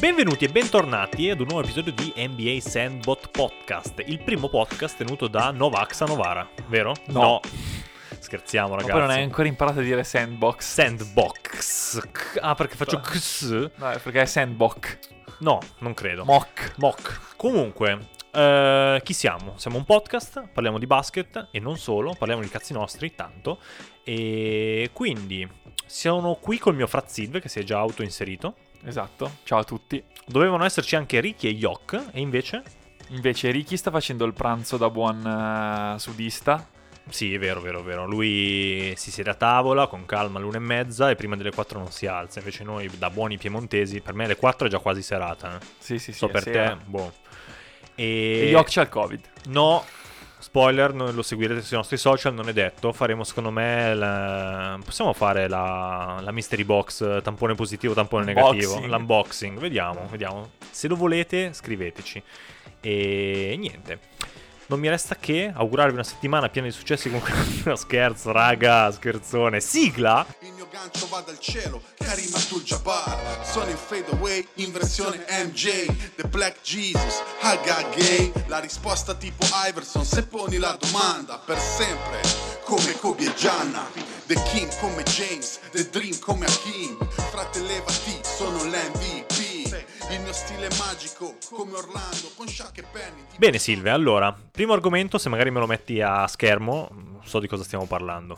Benvenuti e bentornati ad un nuovo episodio di NBA Sandbot Podcast, il primo podcast tenuto da Novax a Novara, vero? No. Scherziamo, ragazzi. Ma poi non hai ancora imparato a dire sandbox. Sandbox. Ah, perché faccio x? No, perché è sandbox. No, non credo. Mock. Comunque, chi siamo? Siamo un podcast, parliamo di basket e non solo, parliamo di cazzi nostri, tanto. E quindi sono qui col mio Frazid che si è già auto-inserito. Esatto, ciao a tutti. Dovevano esserci anche Ricky e Yok, e invece? Invece Ricky sta facendo il pranzo da buon sudista. Sì, è vero. Lui si siede a tavola con calma all'1:30 e prima delle 4 non si alza. Invece noi, da buoni piemontesi, per me alle 4 è già quasi serata. Sì, so per te, boh. E Yok c'ha il Covid. No, spoiler, lo seguirete sui nostri social, non è detto. Faremo, secondo me, possiamo fare la mystery box, tampone positivo, tampone negativo, l'unboxing. Vediamo. Se lo volete, scriveteci. E niente. Non mi resta che augurarvi una settimana piena di successi con questo scherzo, raga, scherzone. Sigla! Il mio gancio va dal cielo, Karim Abdul-Jabbar. Sono in fadeaway, in versione MJ. The Black Jesus, Haga Gay. La risposta tipo Iverson, se poni la domanda. Per sempre, come Kobe e Gianna. The King come James, The Dream come Hakim. Frate levati, sono l'MVP. Il mio stile è magico, come Orlando, con Shaq e Penny. Bene Silvia, allora, primo argomento, se magari me lo metti a schermo, so di cosa stiamo parlando.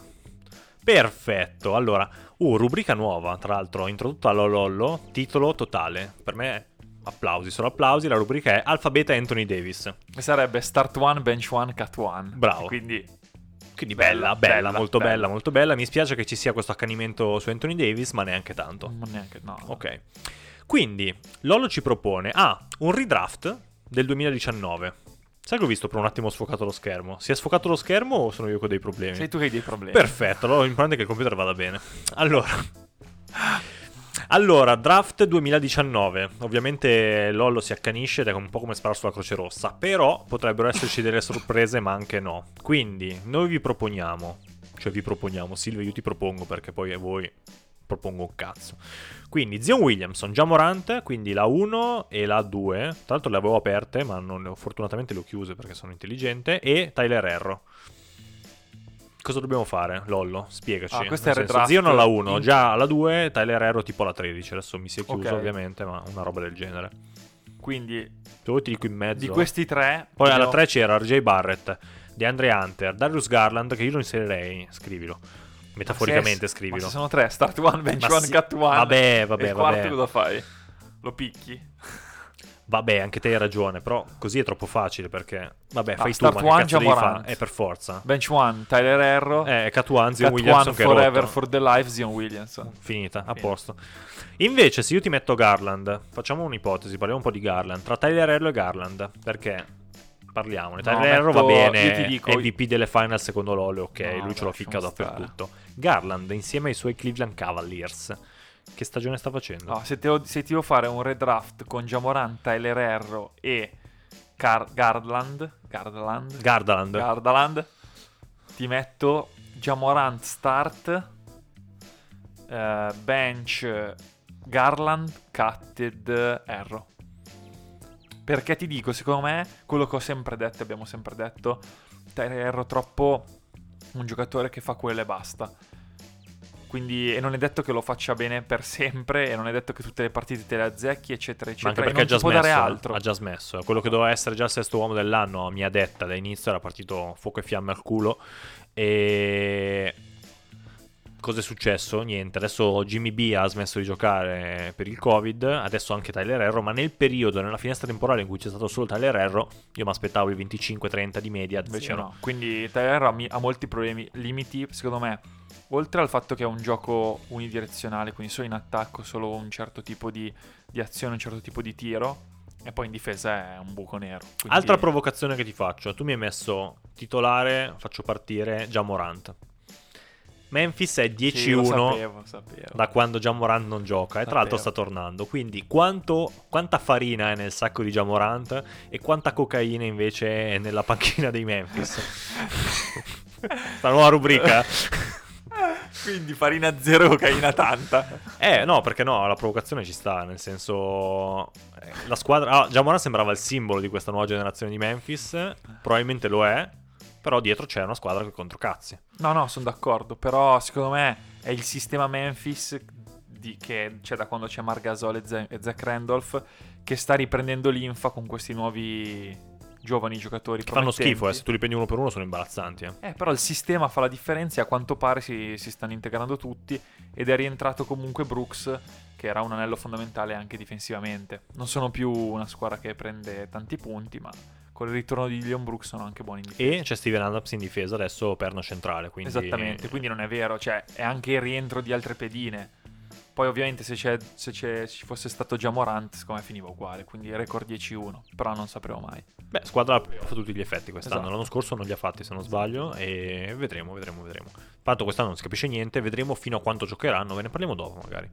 Perfetto, allora, rubrica nuova, tra l'altro, introdotta a Lolollo, titolo totale. Per me, applausi, solo applausi, la rubrica è Alpha Beta Anthony Davis. E sarebbe Start One, Bench One, Cut One. Bravo. Quindi bella, molto bella. Mi spiace che ci sia questo accanimento su Anthony Davis, ma neanche tanto. No. Ok. Quindi, Lollo ci propone un redraft del 2019. Sai che ho visto per un attimo sfocato lo schermo? Si è sfocato lo schermo o sono io che ho dei problemi? Sei tu che hai dei problemi. Perfetto, allora l'importante è che il computer vada bene. Allora, draft 2019. Ovviamente Lollo si accanisce ed è un po' come sparare sulla Croce Rossa. Però potrebbero esserci delle sorprese, ma anche no. Quindi, noi vi proponiamo, Silvia, io ti propongo perché poi a voi propongo un cazzo. Quindi Zion Williamson, Ja Morant, quindi la 1 e la 2. Tra l'altro le avevo aperte, ma fortunatamente le ho chiuse perché sono intelligente. E Tyler Herro. Cosa dobbiamo fare, Lollo? Spiegaci. Questo è il redraft. Zion alla 1, già alla 2, Tyler Herro tipo alla 13. Adesso mi si è chiuso, ok, ovviamente, ma una roba del genere. Quindi Dove ti dico in mezzo? di questi tre. Poi alla 3 c'era RJ Barrett, DeAndre Hunter, Darius Garland, che io lo inserirei, scrivilo. Metaforicamente scrivilo. Ma se sono tre, Start One, Bench One, Cut One. Vabbè. E il quarto cosa fai? Lo picchi? Vabbè, anche te hai ragione, però così è troppo facile perché... Vabbè, fai tu, Start ma che one, cazzo devi Morant. fare? Per forza. Bench One, Tyler Herro. Cut One, Zion Cut Williamson One che è Forever rotto. for the Life, Zion Williamson. Finita, a posto. Invece, se io ti metto Garland, facciamo un'ipotesi, parliamo un po' di Garland. Tra Tyler Herro e Garland, perché... Parliamone. Tyler Herro va bene, io ti dico, MVP delle finals secondo Lole, ok, No, lui ce l'ho ficcato dappertutto. Garland insieme ai suoi Cleveland Cavaliers, che stagione sta facendo? No, se ti devo fare un redraft con Ja Morant, Tyler Herro e Gardaland, ti metto Ja Morant start, bench Garland, cutted Herro. Perché ti dico, secondo me, quello che ho sempre detto, abbiamo sempre detto, Tyler Herro troppo un giocatore che fa quello e basta. Quindi, e non è detto che lo faccia bene per sempre, e non è detto che tutte le partite te le azzecchi, eccetera, Ma anche eccetera. perché E non ti può dare altro. ha già smesso. Quello che doveva essere già il sesto uomo dell'anno, a mia detta, da inizio era partito fuoco e fiamme al culo. E... cosa è successo? Niente, adesso Jimmy B ha smesso di giocare per il Covid, adesso anche Tyler Herro, ma nel periodo, nella finestra temporale in cui c'è stato solo Tyler Herro, io mi aspettavo i 25-30 di media. Invece no. Quindi Tyler Herro ha molti problemi, limiti, secondo me, oltre al fatto che è un gioco unidirezionale, quindi solo in attacco, solo un certo tipo di azione, un certo tipo di tiro, e poi in difesa è un buco nero. Quindi... Altra provocazione che ti faccio, tu mi hai messo titolare, faccio partire Ja Morant. Memphis è 10-1 sì, sapevo. da quando Ja Morant non gioca e tra l'altro sta tornando. Quindi quanta farina è nel sacco di Ja Morant e quanta cocaina invece è nella panchina dei Memphis? La nuova rubrica. Quindi farina zero, cocaina tanta. No, perché no, la provocazione ci sta, nel senso la squadra Ja Morant sembrava il simbolo di questa nuova generazione di Memphis, probabilmente lo è, però dietro c'è una squadra che controcazzi. No, sono d'accordo, però secondo me è il sistema Memphis che c'è da quando c'è Marc Gasol e Zach Randolph, che sta riprendendo linfa con questi nuovi giovani giocatori Che fanno promettenti. schifo, se tu li prendi uno per uno sono imbarazzanti. Però il sistema fa la differenza e a quanto pare si stanno integrando tutti, ed è rientrato comunque Brooks, che era un anello fondamentale anche difensivamente. Non sono più una squadra che prende tanti punti, ma con il ritorno di Dillon Brooks sono anche buoni in difesa. E c'è Steven Adams in difesa adesso, perno centrale, quindi... Esattamente, quindi non è vero, cioè è anche il rientro di altre pedine. Poi ovviamente se ci fosse stato Ja Morant, secondo me finiva uguale, quindi record 10-1, però non sapremo mai. Beh, squadra a tutti gli effetti quest'anno. Esatto. L'anno scorso non li ha fatti, se non sbaglio, e vedremo. Tanto quest'anno non si capisce niente, vedremo fino a quanto giocheranno, ve ne parliamo dopo magari.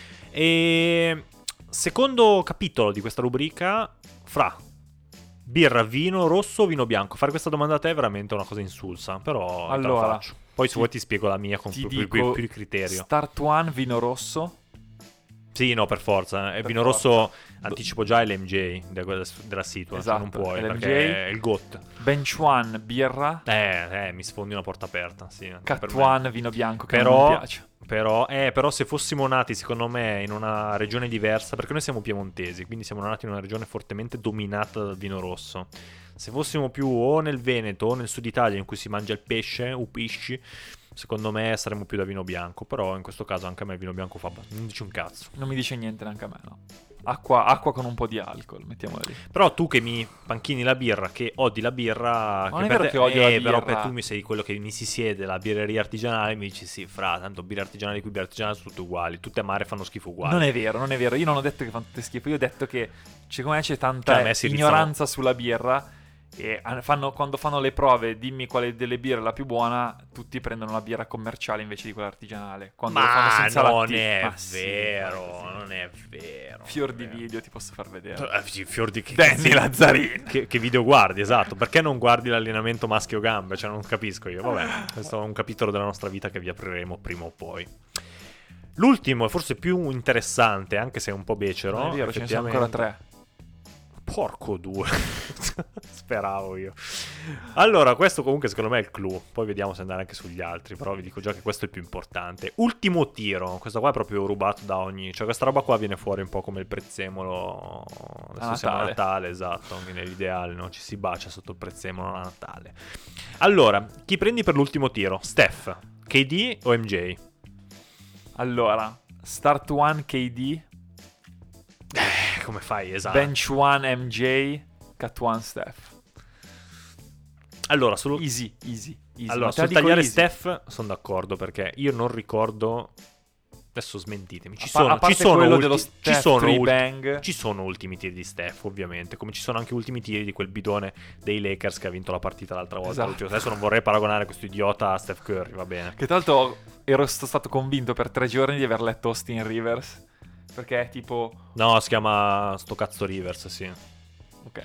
E secondo capitolo di questa rubrica, fra birra, vino rosso o vino bianco. Fare questa domanda a te è veramente una cosa insulsa, però te la Allora, faccio. Poi se vuoi ti spiego la mia con ti più dico criterio. Start one, vino rosso. Sì, no, per forza. Per Vino forza. rosso, anticipo già, è l'MJ della situa. Esatto, Non puoi, è l'MJ. perché è il GOAT. Bench one, birra. Mi sfondi una porta aperta, sì. anche Cat per me. one, vino bianco, che Però- non mi piace. Però se fossimo nati, secondo me, in una regione diversa, perché noi siamo piemontesi, quindi siamo nati in una regione fortemente dominata dal vino rosso. Se fossimo più o nel Veneto o nel sud Italia, in cui si mangia il pesce o pesci, secondo me saremmo più da vino bianco. Però in questo caso anche a me il vino bianco non dice un cazzo. Non mi dice niente neanche a me, no. Acqua con un po' di alcol, mettiamola lì. Però tu che mi panchini la birra, che odi la birra, non che è per vero te- che odio la però birra. tu mi sei quello che mi si siede la birreria artigianale, mi dici sì, fra, tanto birra artigianale qui, birra artigianale sono tutte uguali, tutte amare fanno schifo uguali. Non è vero. Io non ho detto che fanno tutte schifo. Io ho detto che secondo me c'è Cioè, tanta a me si ignoranza sulla birra. E quando fanno le prove, dimmi quale delle birre è la più buona, tutti prendono la birra commerciale invece di quella artigianale. Quando lo fanno Ma senza non latti. è Ma sì, vero, guarda, sì. non è vero. Fior non di è vero. video ti posso far vedere. Sì, fior di che Danny Lazzarini. che video guardi, esatto. Perché non guardi l'allenamento maschio gambe? Cioè, non capisco io. Vabbè, questo è un capitolo della nostra vita che vi apriremo prima o poi. L'ultimo e forse più interessante, anche se è un po' becero. Non è vero, ce ne sono ancora effettivamente. 3. Porco due. Speravo io. Allora, questo comunque secondo me è il clou. Poi vediamo se andare anche sugli altri. Però vi dico già che questo è il più importante. Ultimo tiro. Questo qua è proprio rubato da ogni... Cioè questa roba qua viene fuori un po' come il prezzemolo. Adesso siamo a Natale, esatto. Quindi è l'ideale, no? Ci si bacia sotto il prezzemolo a Natale. Allora, chi prendi per l'ultimo tiro? Steph, KD o MJ? Allora, start one KD, Come fai? Esatto. bench one MJ, cut one Steph. Allora, Easy. Allora, Ma te la sul dico tagliare easy. Steph sono d'accordo, perché io non ricordo. Adesso smentitemi. A parte quello dello Steph three bang. Ci sono ultimi tiri di Steph, ovviamente. Come ci sono anche ultimi tiri di quel bidone dei Lakers che ha vinto la partita l'altra volta. Esatto. Adesso non vorrei paragonare questo idiota a Steph Curry, va bene. Che tra l'altro ero stato convinto per 3 giorni di aver letto Austin Rivers. Perché è tipo... No, si chiama sto cazzo Rivers, sì. Ok.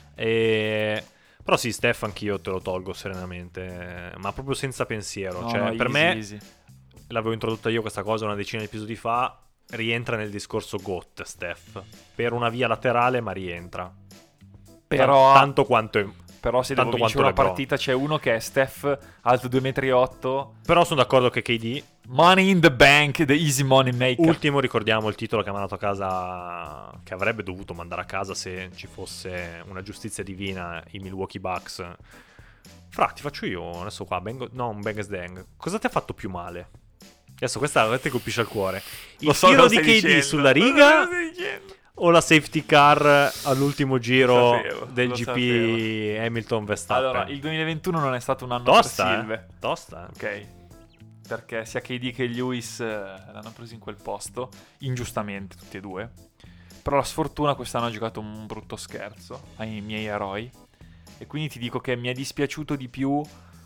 Però sì, Steph anch'io te lo tolgo serenamente. Ma proprio senza pensiero. No, Cioè, no, per easy, me. easy. L'avevo introdotta io questa cosa una decina di episodi fa. Rientra nel discorso GOAT Steph. Per una via laterale, ma rientra. Però... Tanto quanto è. Però se tanto devo vincere quanto una LeBron. partita c'è uno che è Steph, alto 2,8 m. Però sono d'accordo che KD. Money in the bank, the easy money maker. Ultimo, ricordiamo il titolo che ha mandato a casa. Che avrebbe dovuto mandare a casa se ci fosse una giustizia divina. I Milwaukee Bucks. Fra, ti faccio io adesso qua. Un Bang Dang. Cosa ti ha fatto più male? Adesso questa ti colpisce al cuore. Il Lo so tiro cosa di stai KD dicendo. sulla Lo so riga cosa stai dicendo. o la safety car all'ultimo giro Sapevo, del lo GP sapevo. Hamilton Verstappen? Allora, il 2021 non è stato un anno tosta, per Silve. Tosta. Ok. Perché sia KD che Lewis l'hanno preso in quel posto, ingiustamente tutti e due. Però la sfortuna quest'anno ha giocato un brutto scherzo ai miei eroi. E quindi ti dico che mi è dispiaciuto di più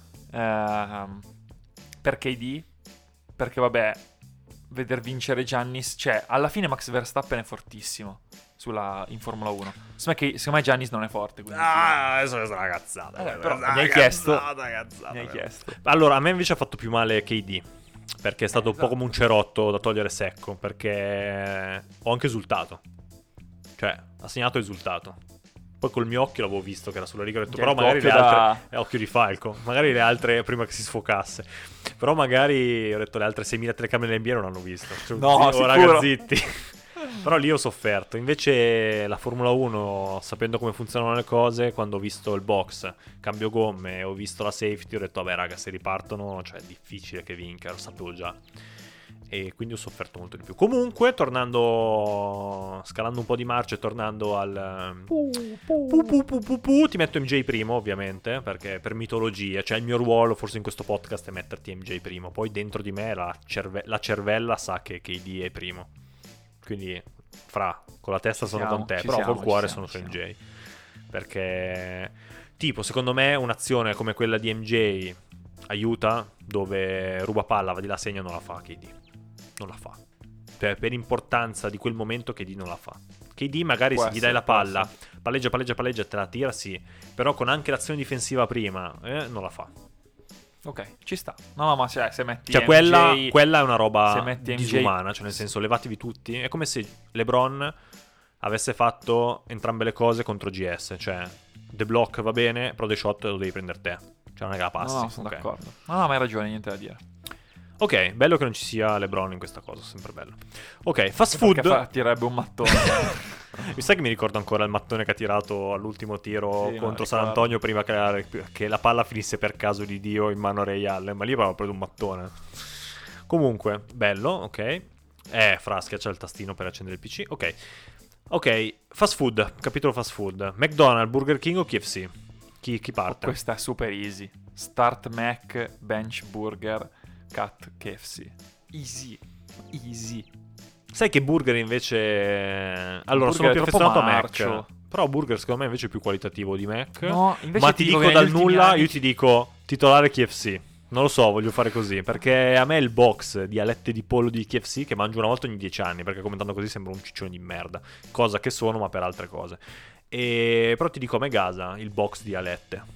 per KD. Perché vabbè, veder vincere Giannis, cioè alla fine Max Verstappen è fortissimo in Formula 1. Secondo me Giannis non è forte, quindi Adesso è una cazzata. però mi hai chiesto. Cazzata. Mi hai chiesto. Allora, a me invece ha fatto più male KD. perché è stato un po' come un cerotto da togliere secco, perché ho anche esultato. Cioè, ha segnato e esultato. Poi col mio occhio l'avevo visto che era sulla riga, ho detto, Che però il tuo magari le occhio altre... occhio di falco. Magari le altre, prima che si sfocasse. Però magari, ho detto, le altre 6.000 telecamere dell'NBA non hanno visto. Cioè, No, sicuro. raga, zitti. Però lì ho sofferto. Invece la Formula 1, sapendo come funzionano le cose, quando ho visto il box, cambio gomme, ho visto la safety, ho detto, vabbè raga, se ripartono, cioè è difficile che vinca, lo sapevo già. E quindi ho sofferto molto di più. Comunque, scalando un po' di marcia e tornando al ti metto MJ primo, ovviamente, perché per mitologia, cioè il mio ruolo forse in questo podcast è metterti MJ primo. Poi dentro di me la cervella sa che KD è primo. Quindi con la testa sono con te, però col cuore sono su MJ. Perché tipo, secondo me un'azione come quella di MJ aiuta, dove ruba palla, va di là, segna, non la fa KD. Non la fa. Per importanza di quel momento KD non la fa. KD magari se gli dai la palla, palleggia, te la tira, sì. Però con anche l'azione difensiva prima, non la fa. Ok, ci sta. No, ma se metti cioè MJ, quella è una roba se metti MJ, disumana, cioè nel senso, levatevi tutti. È come se LeBron avesse fatto entrambe le cose contro GS, cioè the block va bene, però the shot lo devi prendere te. Cioè non è che la passi. No, sono d'accordo. No, ma hai ragione, niente da dire. Ok, bello che non ci sia LeBron in questa cosa, sempre bello. Ok, fast food. Perché tirerebbe un mattone. Mi sa che mi ricordo ancora il mattone che ha tirato all'ultimo tiro contro San Antonio prima che la palla finisse per caso di Dio in mano a Ray Allen, ma lì aveva preso un mattone. Comunque, bello, ok. Schiaccia il tastino per accendere il PC. Ok, fast food, capitolo fast food. McDonald's, Burger King o KFC? Chi parte? Questa è super easy. Start Mac, bench burger, cut KFC. Easy. Sai che burger invece... Allora, burger sono più affezionato a marcio. Mac. Però burger secondo me invece è più qualitativo di Mac. No, invece ma ti dico che dal negli ultimi nulla, anni... io ti dico titolare KFC. Non lo so, voglio fare così. Perché a me il box di alette di pollo di KFC che mangio una volta ogni 10 anni, perché commentando così sembra un ciccione di merda. Cosa che sono, ma per altre cose. Però ti dico, a me gasa il box di alette.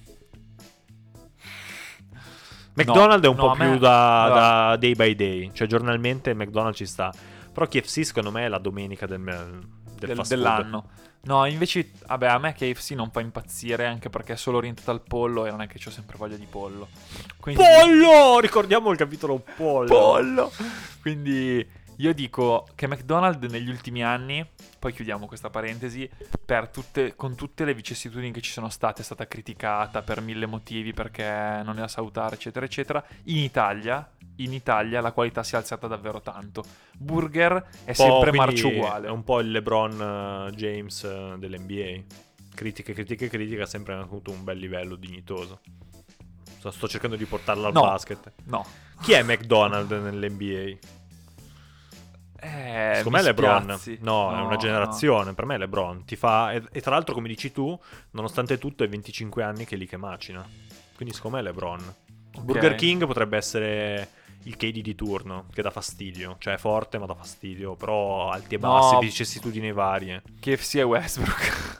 McDonald's è un po' più da day by day. Cioè giornalmente il McDonald's ci sta. Però KFC secondo me è la domenica dell'anno. No, invece, vabbè, a me KFC non fa impazzire, anche perché è solo orientata al pollo e non è che ho sempre voglia di pollo. Quindi... Pollo! Ricordiamo il capitolo pollo. Quindi io dico che McDonald's negli ultimi anni, poi chiudiamo questa parentesi, con tutte le vicissitudini che ci sono state, è stata criticata per 1000 motivi, perché non è da salutare, eccetera, eccetera. In Italia la qualità si è alzata davvero tanto. Burger è sempre marcio uguale. È un po' il LeBron James dell'NBA. Critica, sempre avuto un bel livello dignitoso. Sto cercando di portarla al basket. No. Chi è McDonald's nell'NBA? Secondo me è LeBron. No, è una generazione. Per me è LeBron. Ti fa. E tra l'altro, come dici tu, nonostante tutto, è 25 anni che è lì che macina. Quindi secondo me è LeBron. Okay. Burger King potrebbe essere il KD di turno, che dà fastidio. Cioè è forte ma dà fastidio. Però alti e bassi, vicissitudini varie. KFC e Westbrook.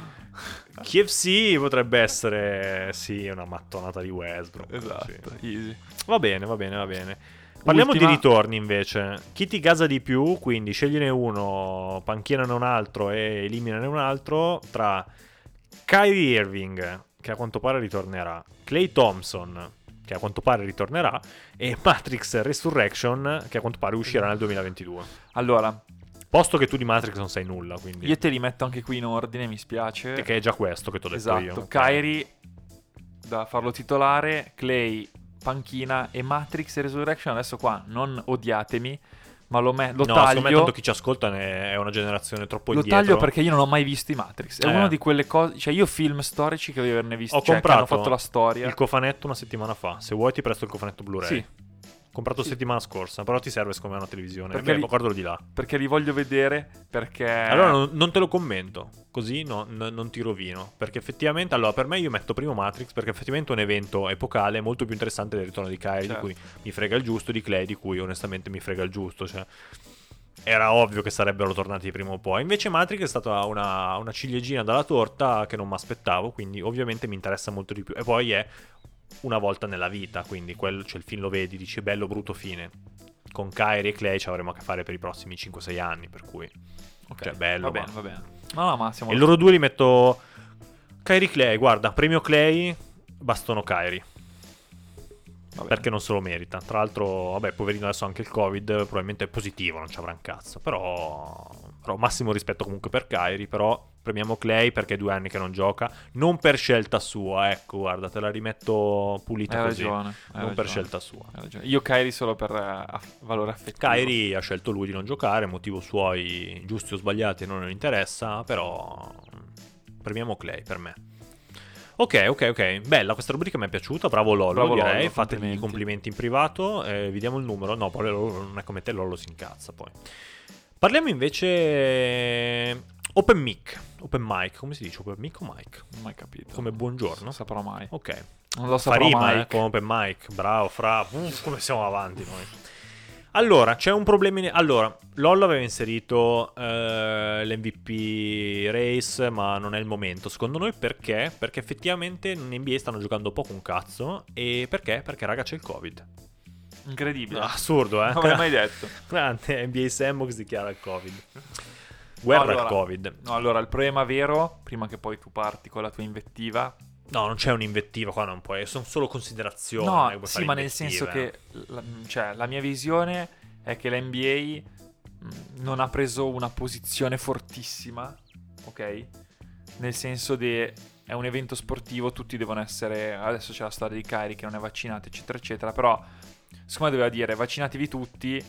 KFC potrebbe essere, sì, una mattonata di Westbrook. Esatto, sì. Easy. Va bene. Parliamo di ritorni invece. Chi ti gasa di più, quindi scegliene uno, panchinane un altro e eliminane un altro, tra Kyrie Irving, che a quanto pare ritornerà, Klay Thompson, che a quanto pare ritornerà, e Matrix Resurrection, che a quanto pare uscirà nel 2022. Allora, posto che tu di Matrix non sai nulla, quindi io te li metto anche qui in ordine, mi spiace. Che è già questo che ti ho detto io. Esatto, Kyrie da farlo titolare, Klay panchina e Matrix e Resurrection. Adesso qua non odiatemi, ma lo taglio. Secondo me tanto chi ci ascolta è una generazione troppo indietro. Lo taglio perché io non ho mai visto i Matrix. È una di quelle cose, cioè io film storici che devo averne visti, ho comprato, che hanno fatto la storia. Il cofanetto una settimana fa. Se vuoi ti presto il cofanetto Blu-ray. Sì. Comprato settimana scorsa, però ti serve secondo me una televisione. Perché guardalo di là. Perché li voglio vedere, perché... Allora non te lo commento, così non ti rovino. Perché effettivamente, allora per me io metto primo Matrix, perché effettivamente è un evento epocale molto più interessante del ritorno di Kyrie, certo, di cui mi frega il giusto, di Klay, di cui onestamente mi frega il giusto. Cioè, era ovvio che sarebbero tornati prima o poi. Invece Matrix è stata una ciliegina dalla torta che non mi aspettavo, quindi ovviamente mi interessa molto di più. E poi è una volta nella vita, quindi cioè il film lo vedi, dici bello, brutto, fine. Con Kyrie e Clay ci avremo a che fare per i prossimi 5-6 anni, per cui cioè bello. Va bene. No, ma siamo... E loro due li metto Kyrie Clay, guarda, premio Clay, bastono Kyrie. Perché non se lo merita. Tra l'altro, vabbè, poverino, adesso anche il Covid probabilmente è positivo, non ci avrà un cazzo. Però massimo rispetto comunque per Kyrie. Però premiamo Clay perché è 2 anni che non gioca. Non per scelta sua, ecco, guarda, te la rimetto pulita così. Hai ragione. Per scelta sua. Hai ragione. Io Kyrie solo per valore affettivo. Kyrie ha scelto lui di non giocare, motivo suoi giusti o sbagliati non ne interessa. Però premiamo Clay per me. Ok. Bella, questa rubrica mi è piaciuta. Bravo Lollo, direi. Lollo, Fategli i complimenti in privato. Vi diamo il numero. No, poi Lollo non è come te, Lollo si incazza poi. Parliamo invece Open mic, come si dice? Open mic o mic? Non ho mai capito. Come buongiorno? Non saprò mai. Ok. Non lo saprò Farima, mai. Con open mic. Bravo, fra. Come siamo avanti noi. Allora, c'è un problema. Allora, Lollo aveva inserito l'MVP race, ma non è il momento. Secondo noi perché? Perché effettivamente in NBA stanno giocando poco un cazzo. E perché? Perché raga c'è il Covid. Incredibile. Assurdo, Non me l'hai mai detto. Grande, NBA Semmox dichiara il Covid. Guerra al Covid. No, allora, il problema vero, prima che poi tu parti con la tua invettiva... No, non c'è un'invettiva qua, non puoi. Sono solo considerazioni. No, sì, ma nel senso che la mia visione è che l'NBA non ha preso una posizione fortissima, ok? Nel senso che è un evento sportivo, tutti devono essere... Adesso c'è la storia di Kyrie che non è vaccinato, eccetera, eccetera, però siccome doveva dire vaccinatevi tutti,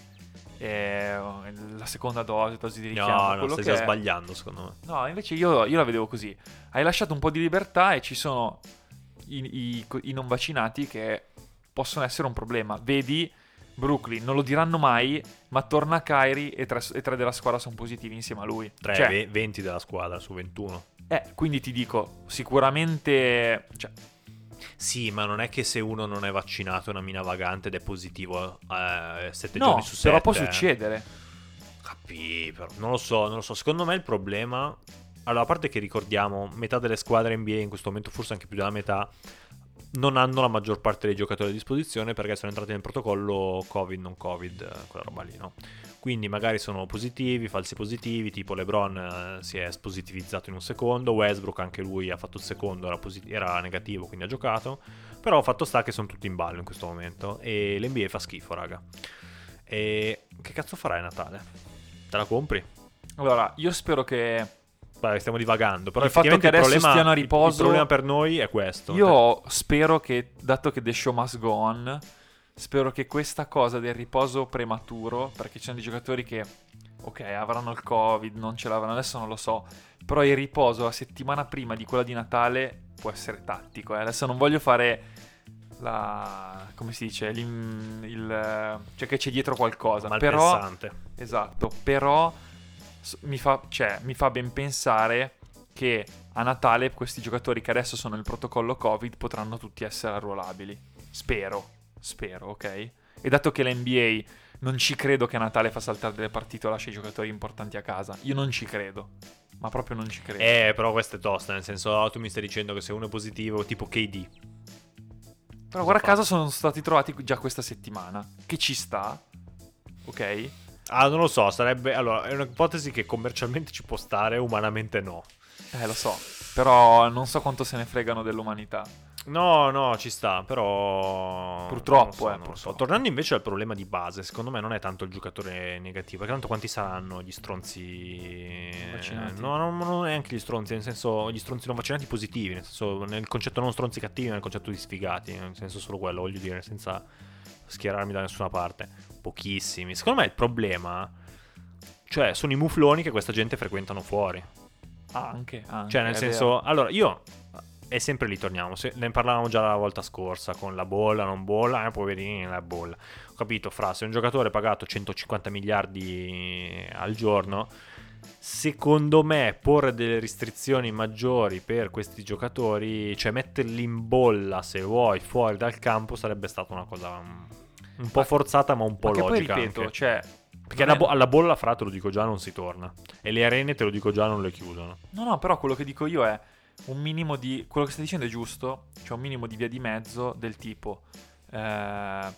la seconda dose di richiamo... No, stai già sbagliando, secondo me. No, invece io la vedevo così. Hai lasciato un po' di libertà e ci sono i non vaccinati che possono essere un problema. Vedi Brooklyn, non lo diranno mai, ma torna Kyrie e tre della squadra sono positivi insieme a lui. 20 della squadra su 21. Quindi ti dico, sicuramente... Sì, ma non è che se uno non è vaccinato è una mina vagante ed è positivo 7 no, giorni su 7. però può succedere. Capì, però non lo so. Secondo me il problema... Allora, a parte che ricordiamo, metà delle squadre NBA in questo momento, forse anche più della metà, non hanno la maggior parte dei giocatori a disposizione perché sono entrati nel protocollo Covid, non Covid, quella roba lì, no? Quindi magari sono positivi, falsi positivi, tipo LeBron si è spositivizzato in un secondo, Westbrook anche lui ha fatto il secondo, era negativo, quindi ha giocato, però fatto sta che sono tutti in ballo in questo momento e l'NBA fa schifo, raga. E che cazzo farai a Natale? Te la compri? Allora, io spero che... Beh, stiamo divagando, però il fatto che adesso stiano a riposo, il problema per noi è questo. Io spero che, dato che the show must go on, spero che questa cosa del riposo prematuro, perché ci sono dei giocatori che, ok, avranno il Covid, non ce l'avranno, adesso non lo so, però il riposo la settimana prima di quella di Natale può essere tattico. Adesso non voglio fare come si dice, cioè che c'è dietro qualcosa, malpensante. Però, esatto, però mi fa ben pensare che a Natale questi giocatori che adesso sono nel protocollo Covid potranno tutti essere arruolabili. Spero, ok? E dato che l'NBA non ci credo che a Natale fa saltare delle partite o lascia i giocatori importanti a casa. Io non ci credo. Ma proprio non ci credo. Però questa è tosta, nel senso, tu mi stai dicendo che se uno è positivo, tipo KD. Però guarda caso sono stati trovati già questa settimana. Che ci sta, ok? Non lo so, sarebbe... Allora, è un'ipotesi che commercialmente ci può stare, umanamente no. Lo so, però non so quanto se ne fregano dell'umanità. No, ci sta, però... Purtroppo, non lo so. Tornando invece al problema di base, secondo me non è tanto il giocatore negativo, perché tanto quanti saranno gli stronzi... vaccinati? No, non è anche gli stronzi, nel senso, gli stronzi non vaccinati positivi, nel senso, nel concetto non stronzi cattivi, ma nel concetto di sfigati, nel senso solo quello, voglio dire, senza schierarmi da nessuna parte. Pochissimi. Secondo me il problema, cioè, sono i mufloni che questa gente frequentano fuori. Anche. Cioè, nel senso, allora, io... E sempre lì torniamo, ne parlavamo già la volta scorsa con la bolla, non bolla, poverini, la bolla. Ho capito, fra, se un giocatore è pagato 150 miliardi al giorno, secondo me porre delle restrizioni maggiori per questi giocatori, cioè metterli in bolla se vuoi fuori dal campo, sarebbe stata una cosa un po' forzata ma un po' logica. Poi ripeto, anche. Cioè... Perché alla bolla, fra, te lo dico già, non si torna. E le arene, te lo dico già, non le chiudono. No, però quello che dico io è... un minimo di... Quello che stai dicendo è giusto, c'è un minimo di via di mezzo del tipo... non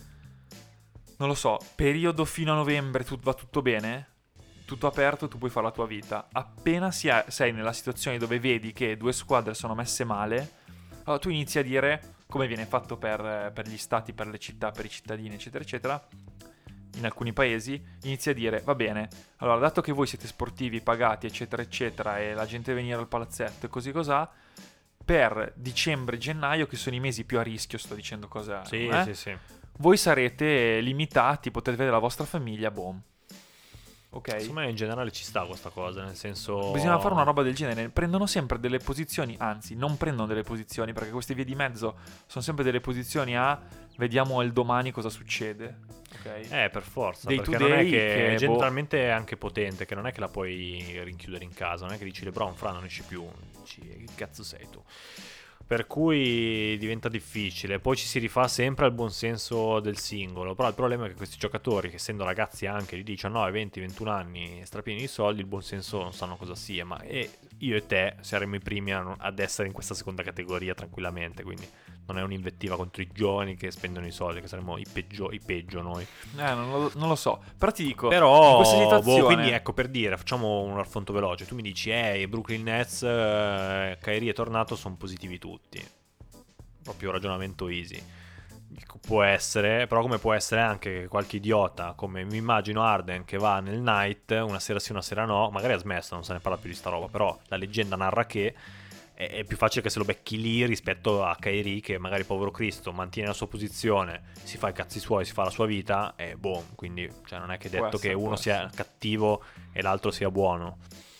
lo so, periodo fino a novembre va tutto bene, tutto aperto, tu puoi fare la tua vita. Appena sei nella situazione dove vedi che 2 squadre sono messe male, allora tu inizi a dire, come viene fatto per gli stati, per le città, per i cittadini, eccetera, eccetera, in alcuni paesi, inizi a dire, va bene, allora dato che voi siete sportivi, pagati, eccetera, eccetera, e la gente deve venire al palazzetto e così cos'ha, per dicembre e gennaio, che sono i mesi più a rischio, sto dicendo cosa, Sì, sì, sì. voi sarete limitati, potete vedere la vostra famiglia, boom. Ok? Secondo me in generale ci sta questa cosa, nel senso... Bisogna fare una roba del genere. Prendono sempre delle posizioni, anzi, non prendono delle posizioni, perché queste vie di mezzo sono sempre delle posizioni a vediamo il domani cosa succede. Ok? Per forza, Day perché to non è day che che, generalmente è anche potente, che non è che la puoi rinchiudere in casa, non è che dici LeBron, fra non esci più, dici che cazzo sei tu? Per cui diventa difficile. Poi ci si rifà sempre al buon senso del singolo. Però il problema è che questi giocatori, che essendo ragazzi anche di 19, 20, 21 anni, strapieni di soldi, il buon senso non sanno cosa sia. Ma io e te saremmo i primi ad essere in questa seconda categoria tranquillamente. Quindi non è un'invettiva contro i giovani che spendono i soldi, che saremmo i peggio noi. Non lo so. Però ti dico, però, in questa situazione... quindi ecco, per dire, facciamo un raffronto veloce. Tu mi dici, i Brooklyn Nets, Kyrie è tornato, sono positivi tutti. Proprio ragionamento easy. Può essere, però come può essere anche qualche idiota, come mi immagino Harden che va nel night, una sera sì, una sera no, magari ha smesso, non se ne parla più di sta roba, però la leggenda narra che è più facile che se lo becchi lì rispetto a Kyrie che magari povero Cristo mantiene la sua posizione, si fa i cazzi suoi, si fa la sua vita e boom, quindi cioè, non è che è detto che uno sia cattivo e l'altro sia buono.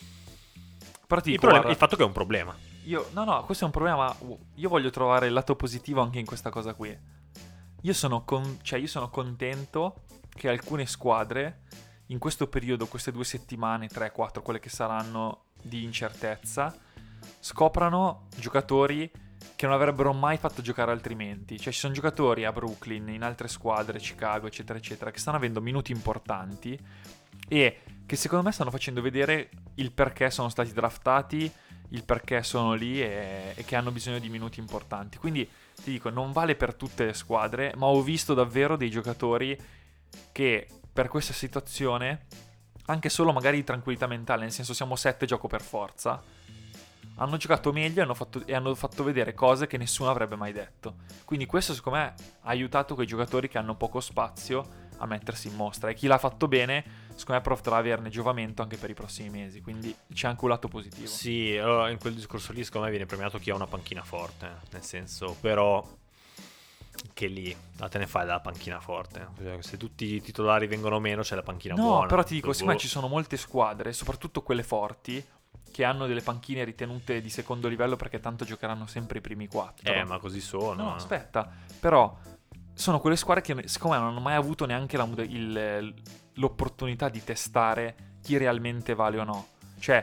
Però ti dico, Il fatto che è un problema. No, questo è un problema, ma io voglio trovare il lato positivo anche in questa cosa qui. Io sono contento che alcune squadre in questo periodo, queste 2 settimane, 3, 4, quelle che saranno di incertezza, scoprano giocatori che non avrebbero mai fatto giocare altrimenti. Cioè ci sono giocatori a Brooklyn, in altre squadre, Chicago, eccetera, eccetera, che stanno avendo minuti importanti e che secondo me stanno facendo vedere il perché sono stati draftati, il perché sono lì e che hanno bisogno di minuti importanti. Quindi ti dico, non vale per tutte le squadre, ma ho visto davvero dei giocatori che per questa situazione, anche solo magari di tranquillità mentale, nel senso siamo 7, gioco per forza, hanno giocato meglio e hanno fatto vedere cose che nessuno avrebbe mai detto. Quindi questo secondo me ha aiutato quei giocatori che hanno poco spazio a mettersi in mostra, e chi l'ha fatto bene secondo me potrà averne giovamento anche per i prossimi mesi, quindi c'è anche un lato positivo. Sì, allora in quel discorso lì secondo me viene premiato chi ha una panchina forte, nel senso, però che lì la te ne fai dalla panchina forte, se tutti i titolari vengono meno c'è la panchina buona. No, però ti dico, secondo me ci sono molte squadre, soprattutto quelle forti, che hanno delle panchine ritenute di secondo livello perché tanto giocheranno sempre i primi 4. Ma così sono. No, aspetta, però sono quelle squadre che secondo me non hanno mai avuto neanche l'opportunità di testare chi realmente vale o no. Cioè,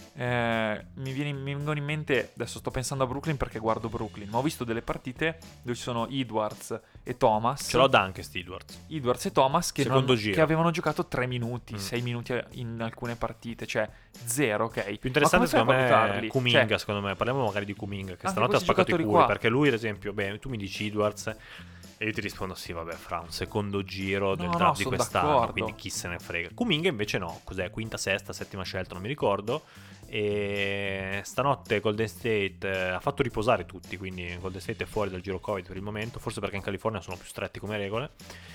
mi vengono in mente, adesso sto pensando a Brooklyn perché guardo Brooklyn, ma ho visto delle partite dove ci sono Edwards e Thomas. Ce l'ho da anche Edwards e Thomas che avevano giocato 3 minuti, 6 minuti in alcune partite, cioè 0, ok. Più interessante secondo me è Kuminga, cioè, secondo me. Parliamo magari di Kuminga, che stanotte ha spaccato i culi, perché lui ad esempio, tu mi dici Edwards e io ti rispondo sì, vabbè, fra un secondo giro del draft di quest'anno, d'accordo. quindi chi se ne frega. Kuminga invece no, cos'è? Quinta, sesta, settima scelta, non mi ricordo. E stanotte Golden State ha fatto riposare tutti, quindi Golden State è fuori dal giro Covid per il momento, forse perché in California sono più stretti come regole,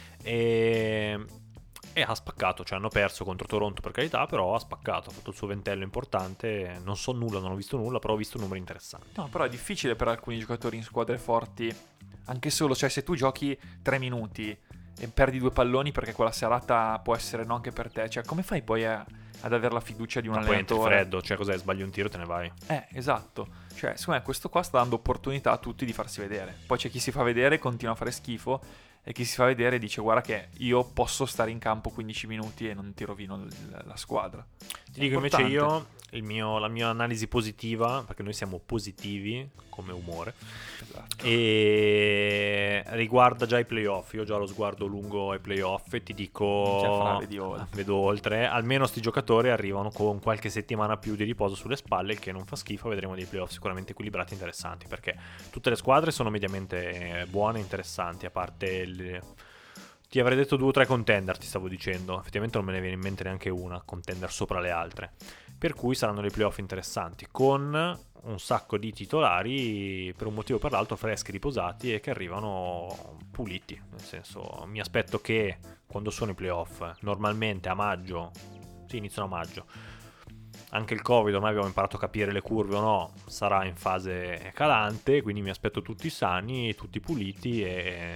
e ha spaccato, cioè hanno perso contro Toronto per carità, però ha spaccato, ha fatto il suo ventello importante. Non so nulla, non ho visto nulla, però ho visto numeri interessanti. No, però è difficile per alcuni giocatori in squadre forti, anche solo, cioè se tu giochi 3 minuti e perdi 2 palloni perché quella serata può essere no anche per te, cioè come fai poi ad avere la fiducia di un allenatore? Poi entri freddo, cioè cos'è, sbagli un tiro te ne vai. Esatto, cioè secondo me questo qua sta dando opportunità a tutti di farsi vedere. Poi c'è chi si fa vedere e continua a fare schifo, e chi si fa vedere dice guarda che io posso stare in campo 15 minuti e non ti rovino la squadra. Ti dico invece io la mia analisi positiva, perché noi siamo positivi come umore, Esatto. e riguarda già i playoff. Io ho già lo sguardo lungo ai playoff e ti dico, Vedi oltre. vedo oltre, almeno sti giocatori arrivano con qualche settimana più di riposo sulle spalle, il che non fa schifo. Vedremo dei playoff sicuramente equilibrati e interessanti, perché tutte le squadre sono mediamente buone e interessanti, a parte ti avrei detto 2 o 3 contender, ti stavo dicendo. Effettivamente non me ne viene in mente neanche una contender sopra le altre. Per cui saranno dei playoff interessanti, con un sacco di titolari per un motivo o per l'altro freschi, riposati e che arrivano puliti. Nel senso, mi aspetto che quando sono i playoff, normalmente a maggio, sì, iniziano a maggio, anche il Covid, ormai abbiamo imparato a capire le curve o no, sarà in fase calante, quindi mi aspetto tutti sani, tutti puliti e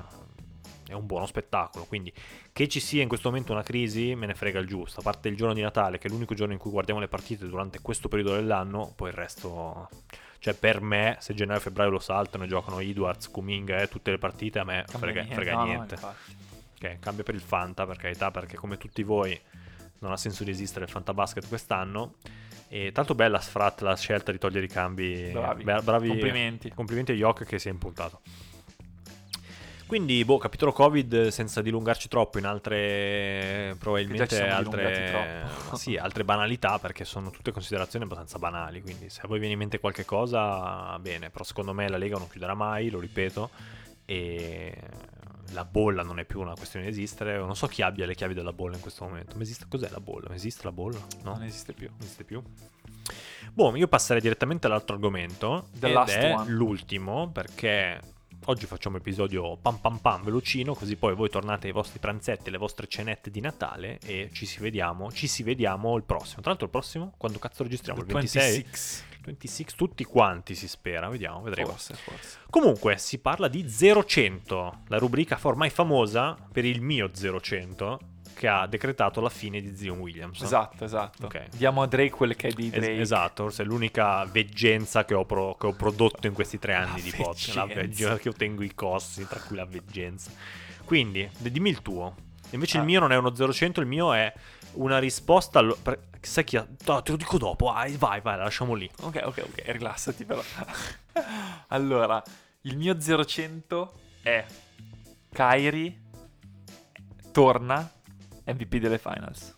è un buono spettacolo. Quindi che ci sia in questo momento una crisi me ne frega il giusto, a parte il giorno di Natale che è l'unico giorno in cui guardiamo le partite durante questo periodo dell'anno. Poi il resto, cioè per me, se gennaio e febbraio lo saltano e giocano Edwards, Kuminga e tutte le partite, a me frega niente. Ok, cambia per il Fanta, per carità, perché come tutti voi non ha senso di esistere il Fantabasket quest'anno. E tanto bella Sfrat la scelta di togliere i cambi. Bravi. Complimenti a Yok che si è impuntato. Quindi, capitolo Covid, senza dilungarci troppo in altre, probabilmente altre banalità, perché sono tutte considerazioni abbastanza banali. Quindi se a voi viene in mente qualche cosa, bene, però secondo me la Lega non chiuderà mai, lo ripeto, e la bolla non è più una questione di esistere. Non so chi abbia le chiavi della bolla in questo momento. Cos'è la bolla? Esiste la bolla? No? Non esiste più. Non esiste più. Io passerei direttamente all'altro argomento, ed è l'ultimo, perché oggi facciamo episodio pam pam pam velocino, così poi voi tornate ai vostri pranzetti, alle vostre cenette di Natale e ci si vediamo il prossimo. Tra l'altro il prossimo, quando cazzo registriamo? Il 26? 26, tutti quanti si spera, vedremo. Forse. Comunque si parla di 0-100, la rubrica ormai famosa per il mio 0-100, che ha decretato la fine di Zion Williams. Esatto. Okay. Diamo a Drake quel che è di Drake. Esatto, forse è l'unica veggenza che ho prodotto in questi 3 anni di podcast. La veggenza che ottengo i costi, tra cui la veggenza. Quindi, dimmi il tuo. Invece il mio non è uno 0-100, il mio è una risposta sai chi ha... No, te lo dico dopo, vai, la lasciamo lì. Ok, rilassati però. Allora, il mio 0-100 è Kyrie torna MVP delle finals.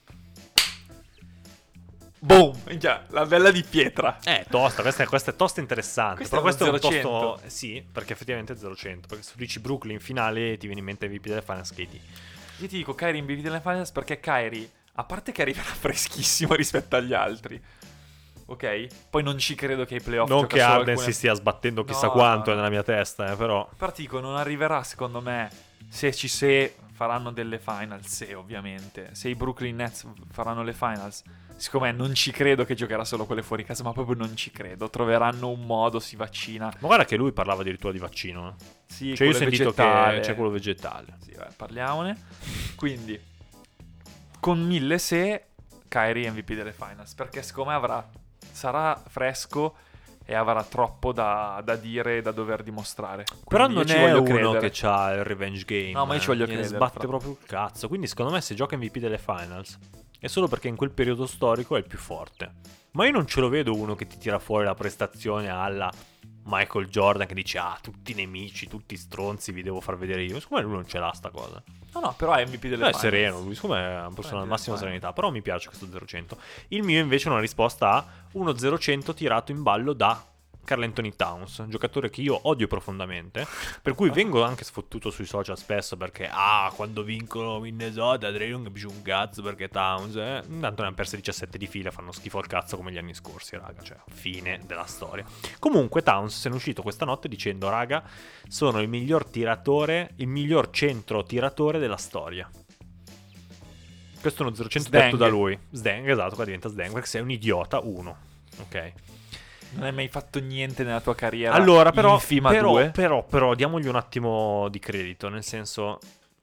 Boom! Già, la bella di pietra. Tosta, questa è tosta interessante. Questo però è questo è un 0-100. tosto... Sì, perché effettivamente è 0-100. Perché se tu dici Brooklyn finale ti viene in mente MVP delle finals KD. Io ti dico Kyrie MVP delle finals perché Kyrie, a parte che arriverà freschissimo rispetto agli altri, ok? Poi non ci credo che i playoff... Non che Harden si stia sbattendo chissà quanto nella mia testa, però... Però ti dico, non arriverà secondo me se faranno delle finals, se ovviamente, se i Brooklyn Nets faranno le finals, siccome non ci credo che giocherà solo quelle fuori casa, ma proprio non ci credo, troveranno un modo, si vaccina. Ma guarda che lui parlava addirittura di vaccino. Sì, cioè io ho sentito che c'è quello vegetale. Sì, parliamone. Quindi, con 1000 se, Kyrie MVP delle finals, perché secondo me sarà fresco e avrà troppo da dire e da dover dimostrare. Però quindi non è uno che c'ha il revenge game. No, ma io ci voglio credere. Sbatte proprio il cazzo. Quindi secondo me se gioca MVP delle finals è solo perché in quel periodo storico è il più forte. Ma io non ce lo vedo uno che ti tira fuori la prestazione alla Michael Jordan, che dice tutti nemici, tutti stronzi, vi devo far vedere io. Secondo me lui non ce l'ha sta cosa. No, però è MVP delle finals. È sereno, lui secondo me è una persona alla massima serenità. Però mi piace questo 0-100. Il mio invece è una risposta a uno 0-100 tirato in ballo da Karl Anthony Towns, un giocatore che io odio profondamente, per cui vengo anche sfottuto sui social spesso perché quando vincono Minnesota Dre non capisce un cazzo perché Towns intanto ne hanno perse 17 di fila, fanno schifo al cazzo come gli anni scorsi, raga, cioè fine della storia. Comunque Towns se n'è uscito questa notte dicendo raga, sono il miglior tiratore, il miglior centro tiratore della storia. Questo è uno 0-100 detto da lui. Sdeng, esatto, qua diventa Sdeng perché sei un idiota, ok. Non hai mai fatto niente nella tua carriera. Allora, però, in FIMA 2? però diamogli un attimo di credito, nel senso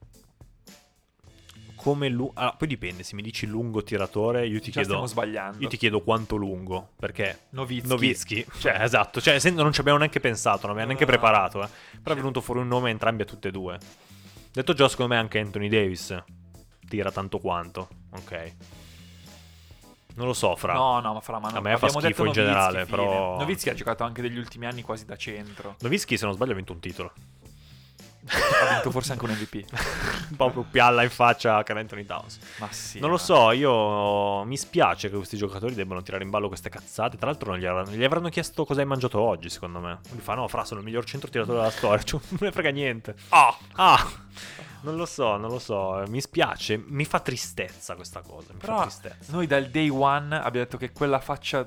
come poi dipende, se mi dici lungo tiratore, io ti chiedo stiamo sbagliando. Io ti chiedo quanto lungo, perché Nowitzki. cioè esatto, cioè non ci abbiamo neanche pensato, non abbiamo neanche preparato, però è venuto fuori un nome entrambi a tutte e due. Detto ciò, secondo me anche Anthony Davis tira tanto quanto. Ok. Non lo so, Fra. No, ma Fra, ma no. A me fa schifo in generale, però... Nowitzki ha giocato anche degli ultimi anni quasi da centro. Nowitzki, se non sbaglio, ha vinto un titolo. Ha vinto forse anche un MVP. Proprio pialla in faccia a Karl Anthony Towns. Ma sì. Non lo so, io mi spiace che questi giocatori debbano tirare in ballo queste cazzate. Tra l'altro non gli avranno chiesto cosa hai mangiato oggi, secondo me. Lui fa, no, Fra, sono il miglior centro tiratore della storia. Cioè, non me ne frega niente. Non lo so, mi spiace, mi fa tristezza questa cosa, Però noi dal day one abbiamo detto che quella faccia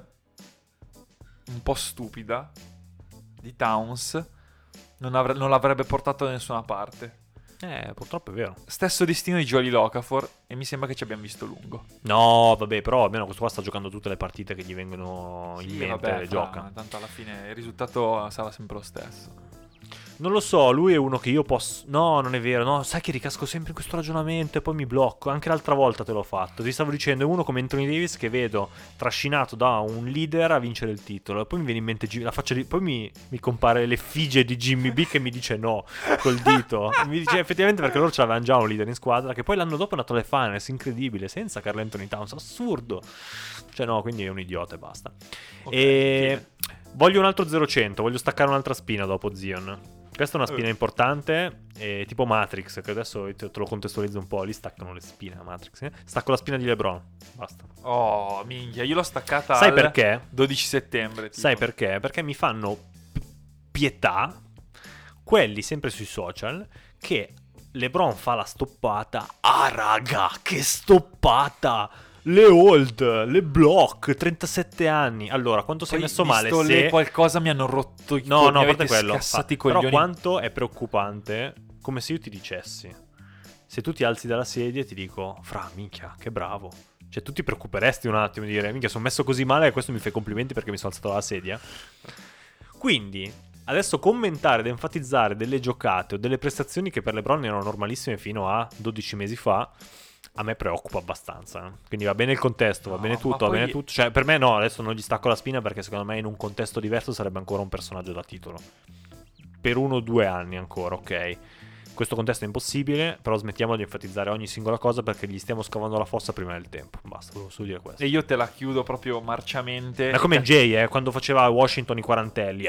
un po' stupida di Towns non l'avrebbe portato da nessuna parte. Purtroppo è vero. Stesso destino di Jolie Okafor, e mi sembra che ci abbiamo visto lungo. No, vabbè, però almeno questo qua sta giocando tutte le partite che gli vengono in mente, vabbè, gioca. Tanto alla fine il risultato sarà sempre lo stesso. Non lo so, lui è uno che io posso... No, non è vero, no, sai che ricasco sempre in questo ragionamento e poi mi blocco. Anche l'altra volta te l'ho fatto. Ti stavo dicendo, è uno come Anthony Davis che vedo trascinato da un leader a vincere il titolo. E poi mi viene in mente la faccia di... Poi mi compare l'effigie di Jimmy B che mi dice no, col dito. Mi dice effettivamente perché loro c'avevano già un leader in squadra che poi l'anno dopo è andato alle finals, incredibile, senza Karl Anthony Towns, assurdo. Cioè no, quindi è un idiota e basta. Okay, voglio un altro 0-100, voglio staccare un'altra spina dopo Zion. Questa è una spina importante, tipo Matrix, che adesso te lo contestualizzo un po', lì staccano le spine a Matrix. Stacco la spina di LeBron, basta. Oh, minchia, io l'ho staccata Sai perché? 12 settembre. Tipo. Sai perché? Perché mi fanno pietà quelli sempre sui social che LeBron fa la stoppata. Ah raga, che stoppata! Le hold, le block, 37 anni. Allora, quanto sei messo male? Se qualcosa mi hanno rotto i no, a parte quello. Scassati i coglioni. Però quanto è preoccupante, come se io ti dicessi, se tu ti alzi dalla sedia e ti dico, Fra, minchia, che bravo. Cioè, tu ti preoccuperesti un attimo di dire, minchia, sono messo così male e questo mi fa i complimenti perché mi sono alzato dalla sedia. Quindi, adesso commentare ed enfatizzare delle giocate o delle prestazioni che per LeBron erano normalissime fino a 12 mesi fa, a me preoccupa abbastanza. Quindi va bene il contesto, va bene tutto, va bene tutto. Cioè, per me no, adesso non gli stacco la spina perché secondo me in un contesto diverso sarebbe ancora un personaggio da titolo. Per 1 o 2 anni ancora, ok. Questo contesto è impossibile, però smettiamo di enfatizzare ogni singola cosa perché gli stiamo scavando la fossa prima del tempo. Basta, volevo solo dire questo. E io te la chiudo proprio marciamente. Ma come MJ, quando faceva a Washington i quarantelli.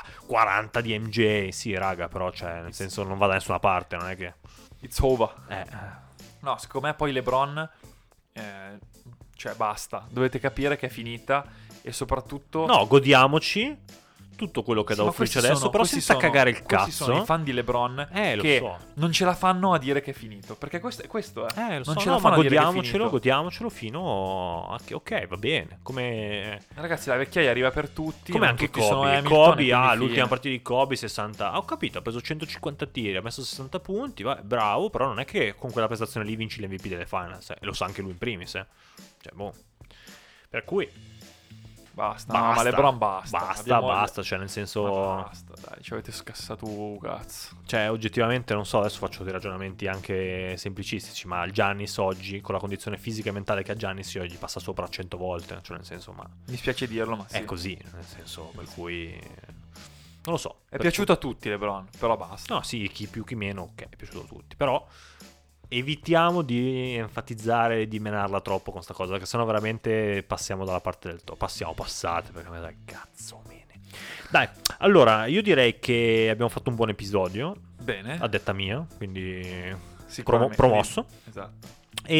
40 di MJ. Sì, raga, però, cioè, nel senso non va da nessuna parte, non è che... It's over. No, secondo me poi LeBron, cioè basta, dovete capire che è finita e soprattutto... No, godiamoci tutto quello che da offrirci adesso, però senza cagare il cazzo. Sono i fan di LeBron che non ce la fanno a dire che è finito, perché questo è. Lo non so, ce la fanno a dire che è finito. Godiamocelo fino a che ok, va bene. Come ragazzi, la vecchiaia arriva per tutti. Come anche tutti Kobe. Kobe l'ultima partita di Kobe 60. Ho capito, ha preso 150 tiri, ha messo 60 punti, va, bravo, però non è che con quella prestazione lì vinci l'MVP delle finals, e lo sa anche lui in primis, Cioè, boh. Per cui Basta. No, ma LeBron basta, cioè nel senso... Basta, dai, ci avete scassato cazzo. Cioè, oggettivamente, non so, adesso faccio dei ragionamenti anche semplicistici, ma il Giannis oggi, con la condizione fisica e mentale che ha Giannis, io gli passa sopra 100 volte, cioè nel senso, ma... Mi spiace dirlo, ma sì. È così, nel senso, per cui... Non lo so. È piaciuto a tutti LeBron, però basta. No, sì, chi più chi meno, ok, è piaciuto a tutti, però... Evitiamo di enfatizzare e di menarla troppo con sta cosa, perché sennò veramente passiamo dalla parte del top. Passate, perché a me dai cazzo bene. Dai, allora, io direi che abbiamo fatto un buon episodio. Bene. A detta mia, quindi promosso. Esatto.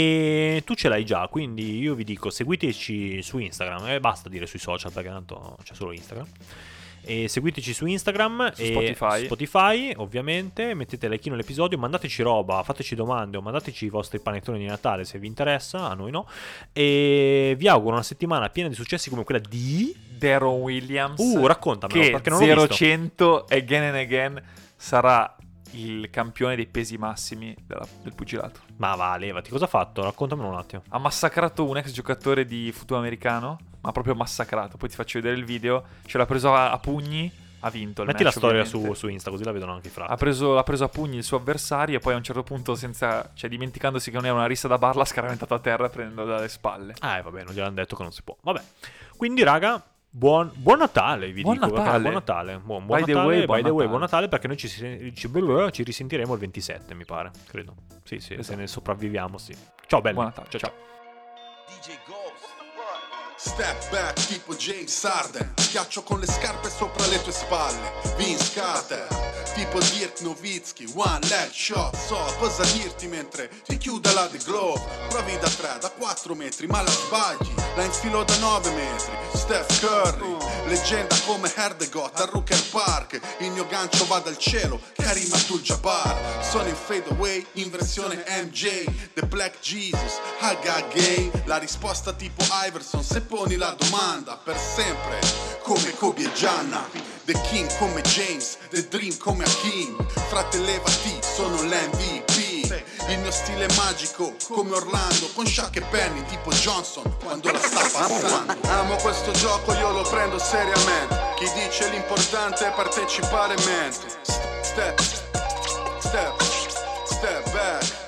E tu ce l'hai già, quindi io vi dico seguiteci su Instagram, e basta dire sui social perché tanto c'è solo Instagram. E seguiteci su Instagram e Spotify ovviamente, mettete like all'episodio, mandateci roba, fateci domande o mandateci i vostri panettoni di Natale se vi interessa, a noi no. E vi auguro una settimana piena di successi come quella di Deron Williams. Raccontamelo, che perché non l'ho visto. 0-100 again and again sarà il campione dei pesi massimi del pugilato. Ma va, levati, cosa ha fatto? Raccontamelo un attimo. Ha massacrato un ex giocatore di football americano, ma proprio massacrato. Poi ti faccio vedere il video. Ce l'ha preso a pugni, ha vinto il Metti match, la storia ovviamente. su Insta, così la vedono anche i frati. L'ha preso a pugni il suo avversario e poi a un certo punto, dimenticandosi che non era una rissa da bar, l'ha scaraventato a terra prendendo dalle spalle. Vabbè, non gliel'hanno detto che non si può. Vabbè. Quindi, raga, Buon Natale, vi Buon dico. Natale. Buon Natale. Buon By the Natale, way, by the way, buon buon Natale, perché noi ci risentiremo il 27, mi pare. Credo. Sì, Esatto. se ne sopravviviamo, sì. Ciao, belli. Buon Natale. Ciao. DJ Ghost. Step back tipo James Harden, schiaccio con le scarpe sopra le tue spalle. Vince Carter, tipo Dirk Nowitzki, one leg shot. So cosa dirti mentre ti chiude la The Glove. Provi da 3, da 4 metri, ma la sbagli. La infilo da 9 metri. Steph Curry, leggenda come Herdegot a Rooker Park. Il mio gancio va dal cielo, Karim Abdul-Jabbar. Sono in fadeaway, in versione MJ, The Black Jesus, Haga Gay. La risposta tipo Iverson, se poni la domanda per sempre, come Kobe e Gianna. The King come James, The Dream come Hakim. Frate levati, sono l'MVP. Il mio stile è magico come Orlando, con Shaq e Penny tipo Johnson quando la sta passando. Amo questo gioco, io lo prendo seriamente. Chi dice l'importante è partecipare mente. Step back.